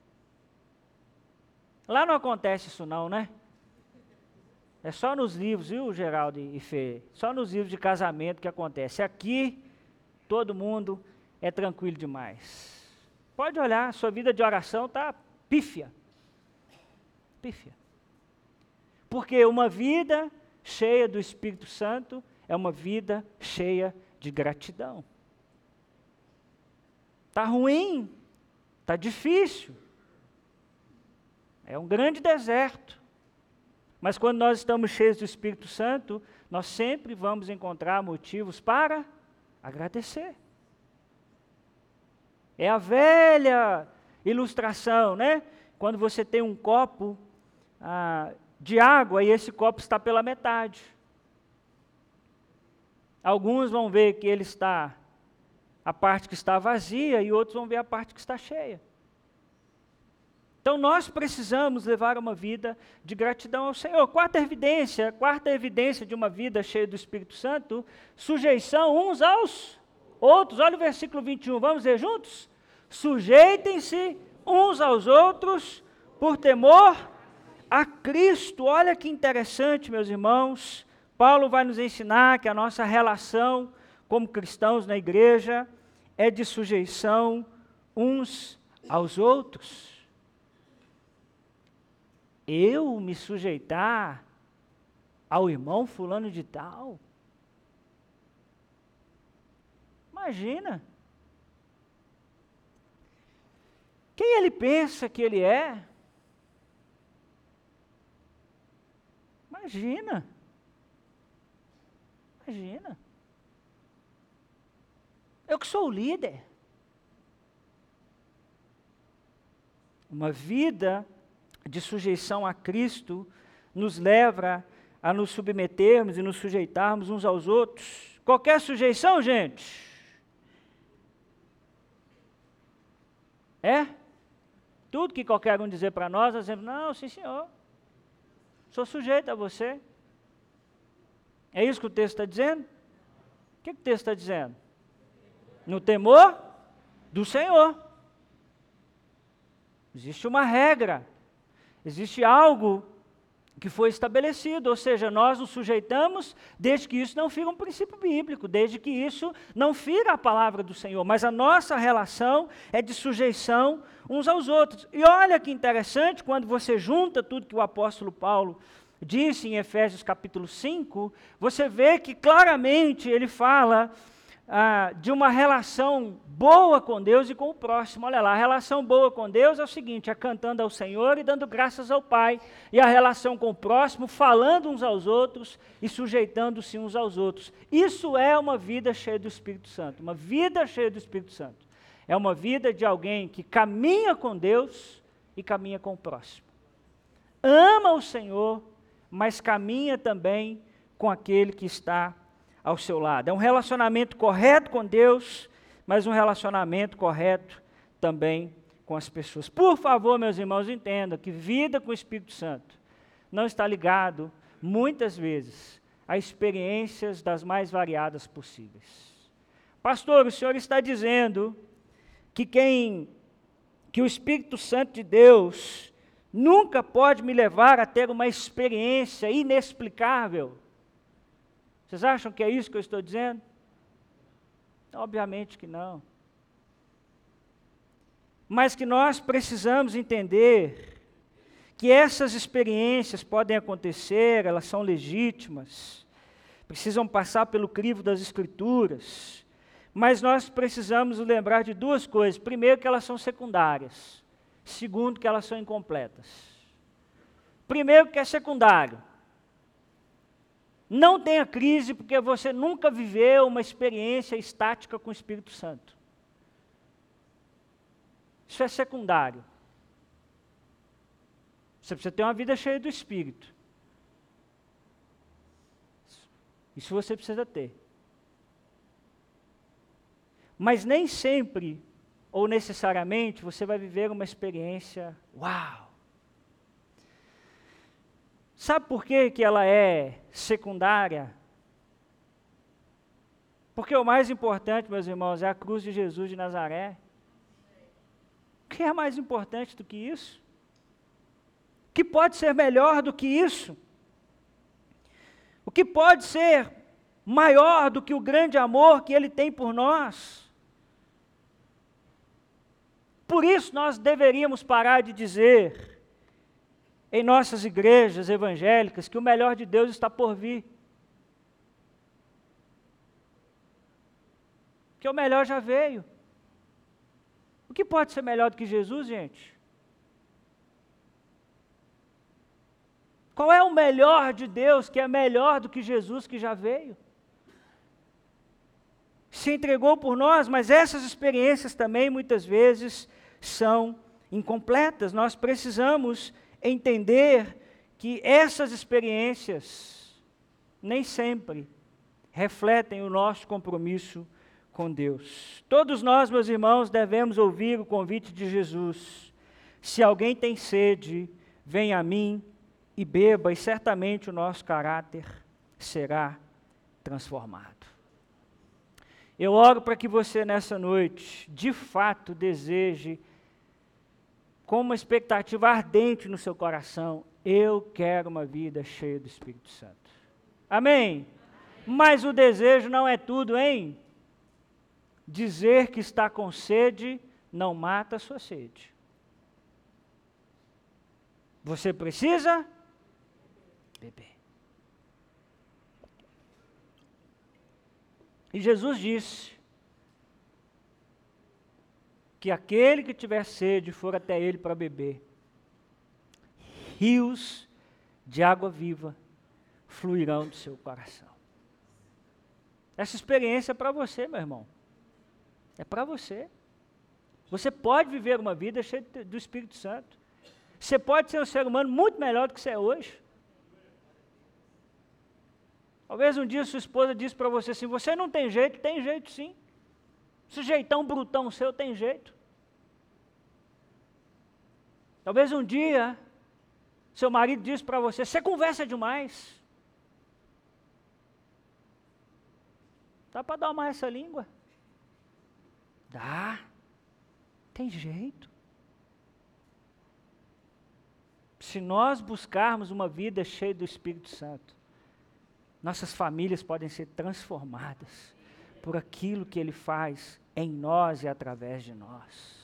Lá não acontece isso não, né? É só nos livros, viu, Geraldo e Fê? Só nos livros de casamento que acontece. Aqui, todo mundo é tranquilo demais. Pode olhar, sua vida de oração está pífia. Pífia. Porque uma vida cheia do Espírito Santo é uma vida cheia de gratidão. Está ruim, está difícil, é um grande deserto. Mas quando nós estamos cheios do Espírito Santo, nós sempre vamos encontrar motivos para agradecer. É a velha ilustração, né? Quando você tem um copo ah, de água e esse copo está pela metade. Alguns vão ver que ele está, a parte que está vazia, e outros vão ver a parte que está cheia. Então nós precisamos levar uma vida de gratidão ao Senhor. Quarta evidência, quarta evidência de uma vida cheia do Espírito Santo, sujeição uns aos outros. Olha o versículo vinte e um, vamos ler juntos? Sujeitem-se uns aos outros por temor a Cristo. Olha que interessante, meus irmãos. Paulo vai nos ensinar que a nossa relação como cristãos na igreja, é de sujeição uns aos outros. Eu me sujeitar ao irmão fulano de tal? Imagina. Quem ele pensa que ele é? Imagina. Imagina. Eu que sou o líder. Uma vida de sujeição a Cristo nos leva a nos submetermos e nos sujeitarmos uns aos outros. Qualquer sujeição, gente? É? Tudo que qualquer um dizer para nós, nós dizemos, não, sim senhor, sou sujeito a você. É isso que o texto está dizendo? O que, que o texto está dizendo? No temor do Senhor. Existe uma regra, existe algo que foi estabelecido, ou seja, nós nos sujeitamos desde que isso não fica um princípio bíblico, desde que isso não fica a palavra do Senhor, mas a nossa relação é de sujeição uns aos outros. E olha que interessante, quando você junta tudo que o apóstolo Paulo disse em Efésios capítulo cinco, você vê que claramente ele fala ah, de uma relação boa com Deus e com o próximo. Olha lá, a relação boa com Deus é o seguinte, é cantando ao Senhor e dando graças ao Pai. E a relação com o próximo, falando uns aos outros e sujeitando-se uns aos outros. Isso é uma vida cheia do Espírito Santo. Uma vida cheia do Espírito Santo. É uma vida de alguém que caminha com Deus e caminha com o próximo. Ama o Senhor, mas caminha também com aquele que está ao seu lado. É um relacionamento correto com Deus, mas um relacionamento correto também com as pessoas. Por favor, meus irmãos, entendam que vida com o Espírito Santo não está ligado, muitas vezes, a experiências das mais variadas possíveis. Pastor, o senhor está dizendo que quem, que o Espírito Santo de Deus nunca pode me levar a ter uma experiência inexplicável. Vocês acham que é isso que eu estou dizendo? Obviamente que não. Mas que nós precisamos entender que essas experiências podem acontecer, elas são legítimas, precisam passar pelo crivo das Escrituras, mas nós precisamos lembrar de duas coisas. Primeiro, que elas são secundárias. Segundo, que elas são incompletas. Primeiro, que é secundário. Não tenha crise porque você nunca viveu uma experiência estática com o Espírito Santo. Isso é secundário. Você precisa ter uma vida cheia do Espírito. Isso você precisa ter. Mas nem sempre, ou necessariamente, você vai viver uma experiência, uau! Sabe por que que ela é secundária? Porque o mais importante, meus irmãos, é a cruz de Jesus de Nazaré. O que é mais importante do que isso? O que pode ser melhor do que isso? O que pode ser maior do que o grande amor que Ele tem por nós? Por isso nós deveríamos parar de dizer em nossas igrejas evangélicas que o melhor de Deus está por vir. Que o melhor já veio. O que pode ser melhor do que Jesus, gente? Qual é o melhor de Deus que é melhor do que Jesus que já veio? Se entregou por nós, mas essas experiências também muitas vezes são incompletas. Nós precisamos entender que essas experiências nem sempre refletem o nosso compromisso com Deus. Todos nós, meus irmãos, devemos ouvir o convite de Jesus. Se alguém tem sede, venha a mim e beba, e certamente o nosso caráter será transformado. Eu oro para que você nessa noite, de fato, deseje, com uma expectativa ardente no seu coração, eu quero uma vida cheia do Espírito Santo. Amém? Amém. Mas o desejo não é tudo, hein? Dizer que está com sede não mata a sua sede. Você precisa beber. E Jesus disse que aquele que tiver sede for até ele para beber, rios de água viva fluirão do seu coração. Essa experiência é para você, meu irmão. É para você. Você pode viver uma vida cheia do Espírito Santo. Você pode ser um ser humano muito melhor do que você é hoje. Talvez um dia sua esposa disse para você assim, você não tem jeito, tem jeito sim. Esse jeitão brutão seu tem jeito. Talvez um dia seu marido disse para você, você conversa demais. Dá para dar uma essa língua? Dá. Tem jeito. Se nós buscarmos uma vida cheia do Espírito Santo, nossas famílias podem ser transformadas por aquilo que Ele faz em nós e através de nós.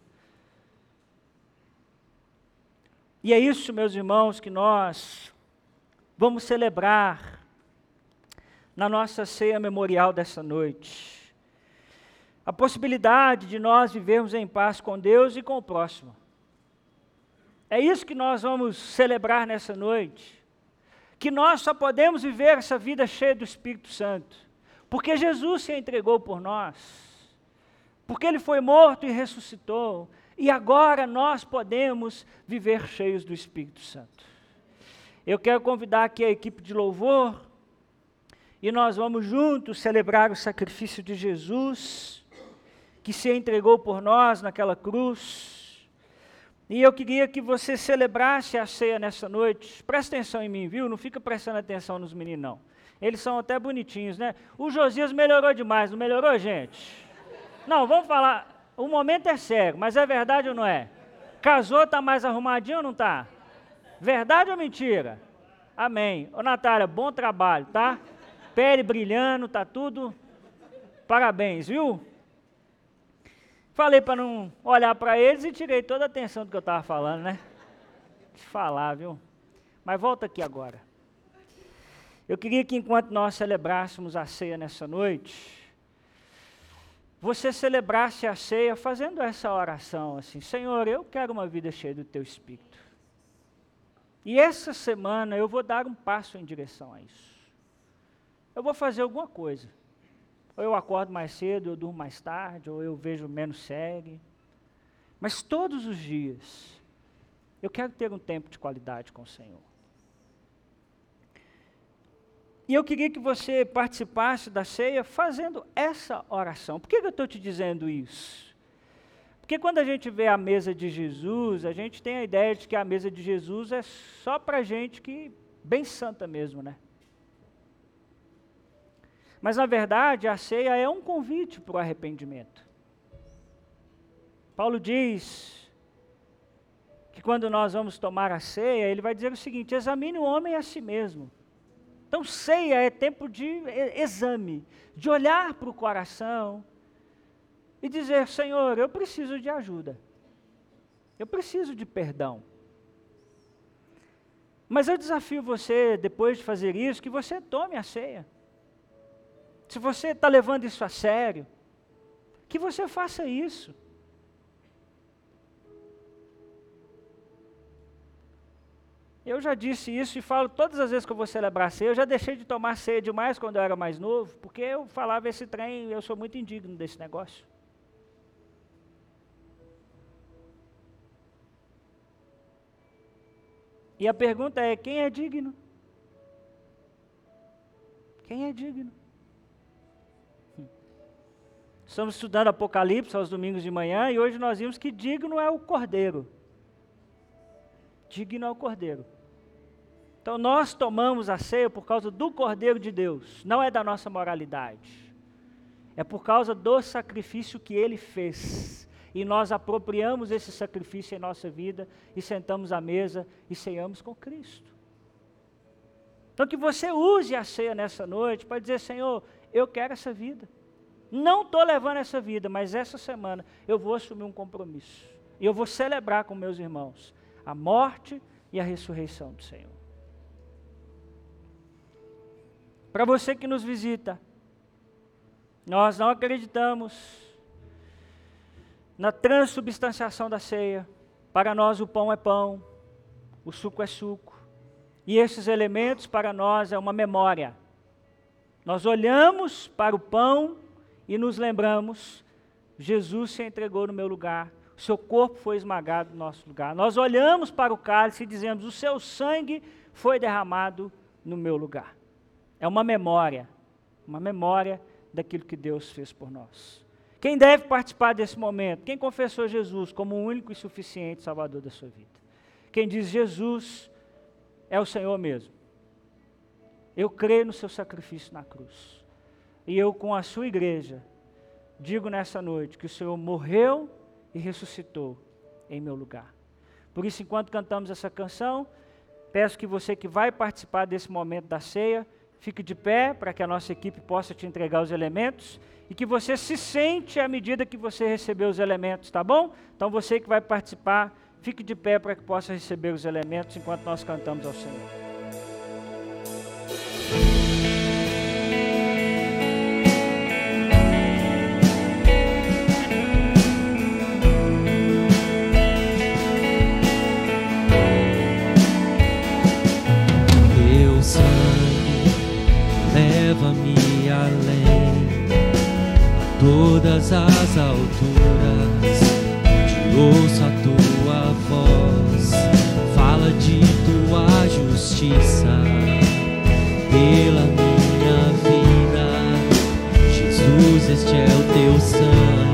E é isso, meus irmãos, que nós vamos celebrar na nossa ceia memorial dessa noite. A possibilidade de nós vivermos em paz com Deus e com o próximo. É isso que nós vamos celebrar nessa noite. Que nós só podemos viver essa vida cheia do Espírito Santo, porque Jesus se entregou por nós, porque Ele foi morto e ressuscitou, e agora nós podemos viver cheios do Espírito Santo. Eu quero convidar aqui a equipe de louvor, e nós vamos juntos celebrar o sacrifício de Jesus, que se entregou por nós naquela cruz. E eu queria que você celebrasse a ceia nessa noite. Presta atenção em mim, viu? Não fica prestando atenção nos meninos, não. Eles são até bonitinhos, né? O Josias melhorou demais, não melhorou, gente? Não, vamos falar. O momento é sério, mas é verdade ou não é? Casou, tá mais arrumadinho ou não tá? Verdade ou mentira? Amém. Ô, Natália, bom trabalho, tá? Pele brilhando, tá tudo. Parabéns, viu? Falei para não olhar para eles e tirei toda a atenção do que eu estava falando, né? Deixa eu falar, viu? Mas volta aqui agora. Eu queria que enquanto nós celebrássemos a ceia nessa noite, você celebrasse a ceia fazendo essa oração assim, Senhor, eu quero uma vida cheia do Teu Espírito. E essa semana eu vou dar um passo em direção a isso. Eu vou fazer alguma coisa. Ou eu acordo mais cedo, eu durmo mais tarde, ou eu vejo menos série. Mas todos os dias, eu quero ter um tempo de qualidade com o Senhor. E eu queria que você participasse da ceia fazendo essa oração. Por que eu estou te dizendo isso? Porque quando a gente vê a mesa de Jesus, a gente tem a ideia de que a mesa de Jesus é só para gente que, bem santa mesmo, né? Mas, na verdade, a ceia é um convite para o arrependimento. Paulo diz que quando nós vamos tomar a ceia, ele vai dizer o seguinte, examine o homem a si mesmo. Então, ceia é tempo de exame, de olhar para o coração e dizer, Senhor, eu preciso de ajuda. Eu preciso de perdão. Mas eu desafio você, depois de fazer isso, que você tome a ceia. Se você está levando isso a sério, que você faça isso. Eu já disse isso e falo todas as vezes que eu vou celebrar ceia, eu já deixei de tomar ceia demais quando eu era mais novo, porque eu falava esse trem, eu sou muito indigno desse negócio. E a pergunta é, quem é digno? Quem é digno? Estamos estudando Apocalipse aos domingos de manhã e hoje nós vimos que digno é o Cordeiro. Digno é o Cordeiro. Então nós tomamos a ceia por causa do Cordeiro de Deus, não é da nossa moralidade. É por causa do sacrifício que Ele fez. E nós apropriamos esse sacrifício em nossa vida e sentamos à mesa e ceiamos com Cristo. Então que você use a ceia nessa noite para dizer, Senhor, eu quero essa vida. Não estou levando essa vida, mas essa semana eu vou assumir um compromisso. E eu vou celebrar com meus irmãos a morte e a ressurreição do Senhor. Para você que nos visita, nós não acreditamos na transubstanciação da ceia. Para nós o pão é pão, o suco é suco. E esses elementos para nós é uma memória. Nós olhamos para o pão e nos lembramos, Jesus se entregou no meu lugar, o seu corpo foi esmagado no nosso lugar. Nós olhamos para o cálice e dizemos, o seu sangue foi derramado no meu lugar. É uma memória, uma memória daquilo que Deus fez por nós. Quem deve participar desse momento? Quem confessou Jesus como o único e suficiente Salvador da sua vida. Quem diz, Jesus é o Senhor mesmo. Eu creio no seu sacrifício na cruz. E eu, com a sua igreja, digo nessa noite que o Senhor morreu e ressuscitou em meu lugar. Por isso, enquanto cantamos essa canção, peço que você que vai participar desse momento da ceia, fique de pé para que a nossa equipe possa te entregar os elementos e que você se sente à medida que você recebeu os elementos, tá bom? Então você que vai participar, fique de pé para que possa receber os elementos enquanto nós cantamos ao Senhor. Leva-me além a todas as alturas, onde ouço a tua voz, fala de tua justiça pela minha vida. Jesus, este é o teu sangue.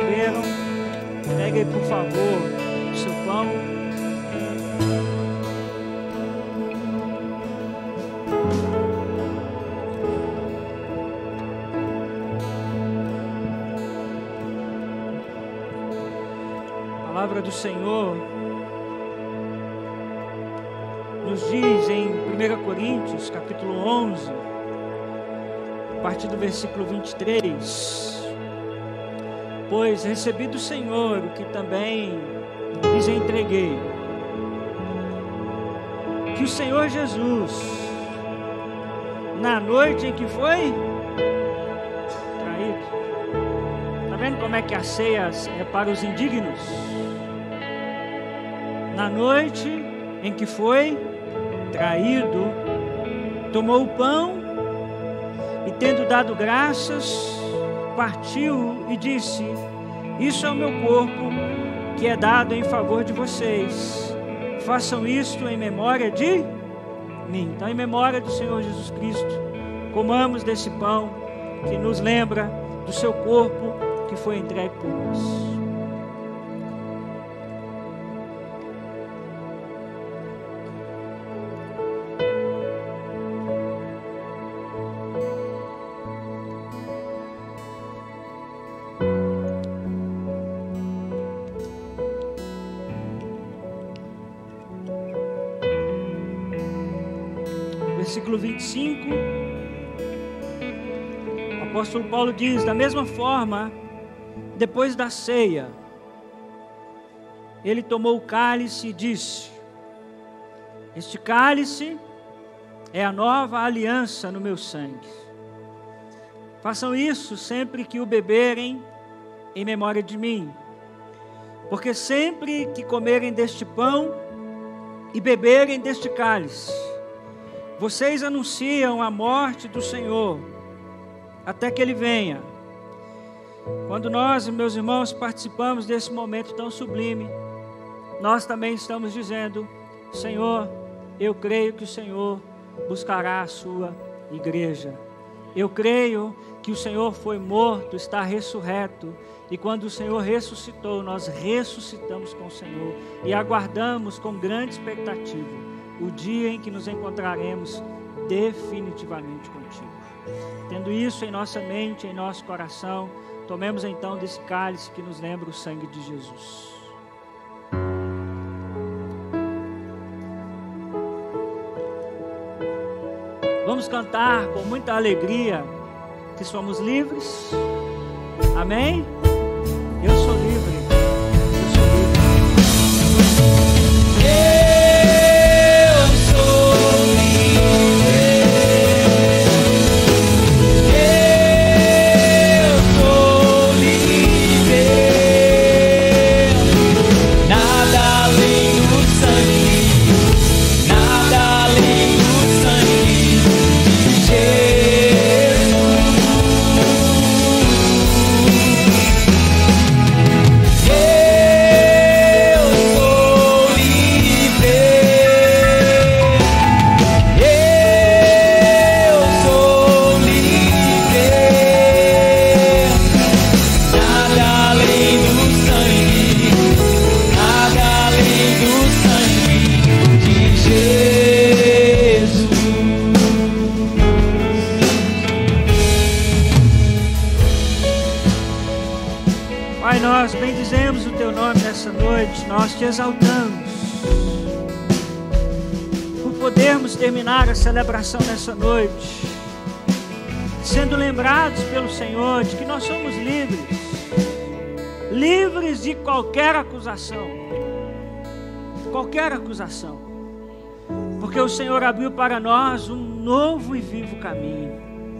receberam, peguem, por favor, o seu pão. A palavra do Senhor nos diz em primeira Coríntios, capítulo onze, a partir do versículo vinte e três: pois recebi do Senhor o que também lhes entreguei, que o Senhor Jesus, na noite em que foi traído, está vendo como é que a ceia é para os indignos? Na noite em que foi traído, tomou o pão e, tendo dado graças, partiu e disse: isso é o meu corpo, que é dado em favor de vocês. Façam isto em memória de mim. Então, em memória do Senhor Jesus Cristo, comamos desse pão que nos lembra do seu corpo que foi entregue por nós. Versículo vinte e cinco, o apóstolo Paulo diz: da mesma forma, depois da ceia, ele tomou o cálice e disse: este cálice é a nova aliança no meu sangue. Façam isso sempre que o beberem em memória de mim, porque sempre que comerem deste pão e beberem deste cálice, vocês anunciam a morte do Senhor até que Ele venha. Quando nós, meus irmãos, participamos desse momento tão sublime, nós também estamos dizendo: Senhor, eu creio que o Senhor buscará a sua igreja. Eu creio que o Senhor foi morto, está ressurreto, e quando o Senhor ressuscitou, nós ressuscitamos com o Senhor e aguardamos com grande expectativa o dia em que nos encontraremos definitivamente contigo. Tendo isso em nossa mente, em nosso coração, tomemos então desse cálice que nos lembra o sangue de Jesus. Vamos cantar com muita alegria que somos livres. Amém? Eu sou livre. Eu sou livre. Nós te exaltamos por podermos terminar a celebração nessa noite, sendo lembrados pelo Senhor de que nós somos livres, livres de qualquer acusação, qualquer acusação, porque o Senhor abriu para nós um novo e vivo caminho.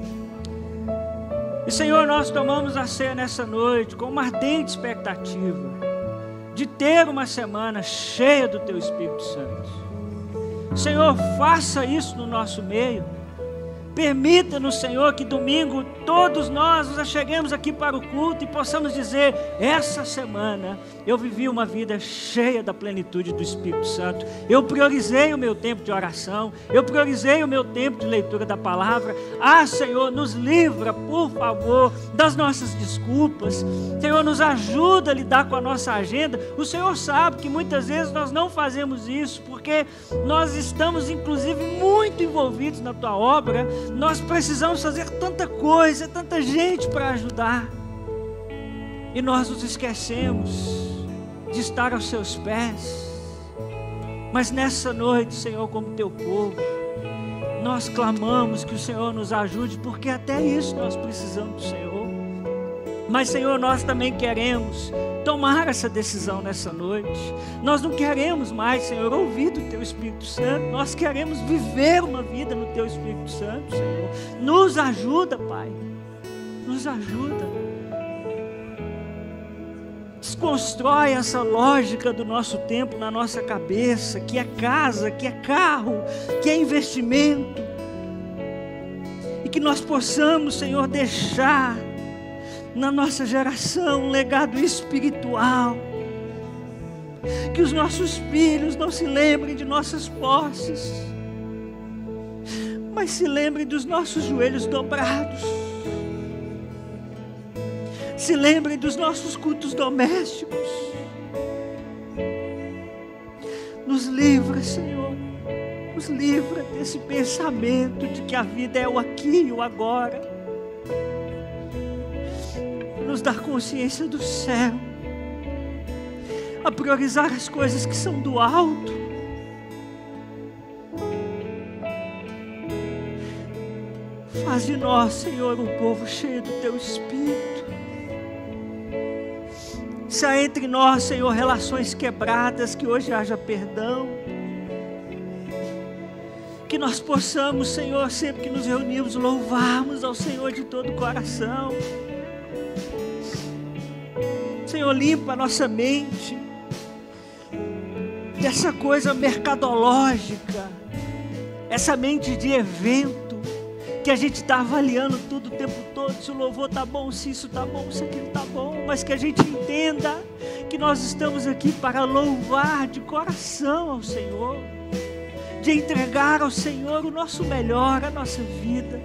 E Senhor, nós tomamos a ceia nessa noite com uma ardente expectativa de ter uma semana cheia do Teu Espírito Santo. Senhor, faça isso no nosso meio. Permita-nos, Senhor, que domingo todos nós nos acheguemos aqui para o culto e possamos dizer: essa semana eu vivi uma vida cheia da plenitude do Espírito Santo. Eu priorizei o meu tempo de oração, eu priorizei o meu tempo de leitura da palavra. Ah, Senhor, nos livra, por favor, das nossas desculpas. Senhor, nos ajuda a lidar com a nossa agenda. O Senhor sabe que muitas vezes nós não fazemos isso, porque nós estamos inclusive muito envolvidos na Tua obra. Nós precisamos fazer tanta coisa, tanta gente para ajudar, e nós nos esquecemos de estar aos Seus pés. Mas nessa noite, Senhor, como Teu povo, nós clamamos que o Senhor nos ajude, porque até isso nós precisamos do Senhor. Mas, Senhor, nós também queremos tomar essa decisão nessa noite. Nós não queremos mais, Senhor, ouvir do Teu Espírito Santo. Nós queremos viver uma vida no Teu Espírito Santo, Senhor. Nos ajuda, Pai. Nos ajuda. Desconstrói essa lógica do nosso tempo na nossa cabeça, que é casa, que é carro, que é investimento. E que nós possamos, Senhor, deixar na nossa geração um legado espiritual. Que os nossos filhos não se lembrem de nossas posses, mas se lembrem dos nossos joelhos dobrados. Se lembrem dos nossos cultos domésticos. Nos livra, Senhor, nos livra desse pensamento de que a vida é o aqui e o agora. Nos dar consciência do céu, a priorizar as coisas que são do alto. Faz de nós, Senhor, um povo cheio do Teu Espírito. Se há entre nós, Senhor, relações quebradas, que hoje haja perdão. Que nós possamos, Senhor, sempre que nos reunimos, louvarmos ao Senhor de todo o coração. Senhor, limpa a nossa mente dessa coisa mercadológica, essa mente de evento, que a gente está avaliando tudo o tempo todo, se o louvor está bom, se isso está bom, se aquilo está bom, mas que a gente entenda que nós estamos aqui para louvar de coração ao Senhor, de entregar ao Senhor o nosso melhor, a nossa vida.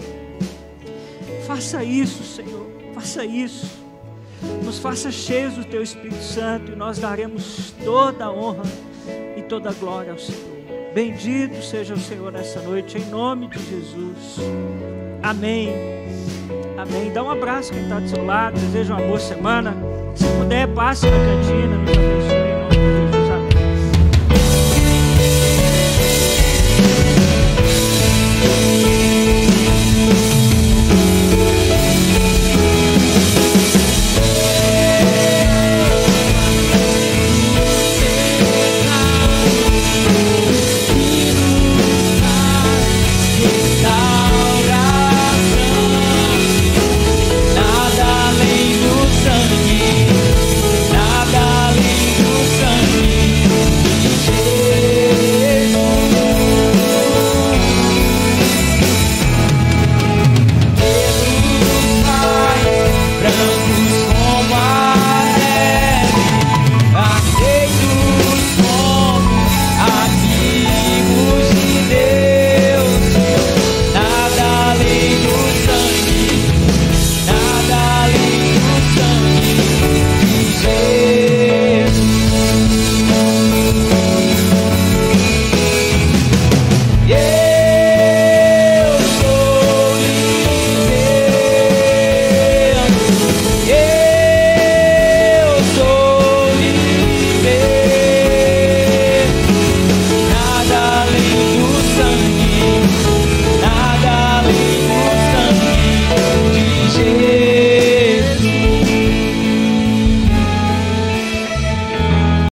Faça isso, Senhor, faça isso. Nos faça cheios do Teu Espírito Santo, e nós daremos toda a honra e toda a glória ao Senhor. Bendito seja o Senhor nessa noite, em nome de Jesus. Amém. Amém. Dá um abraço quem está do seu lado. Desejo uma boa semana. Se puder, passe na cantina.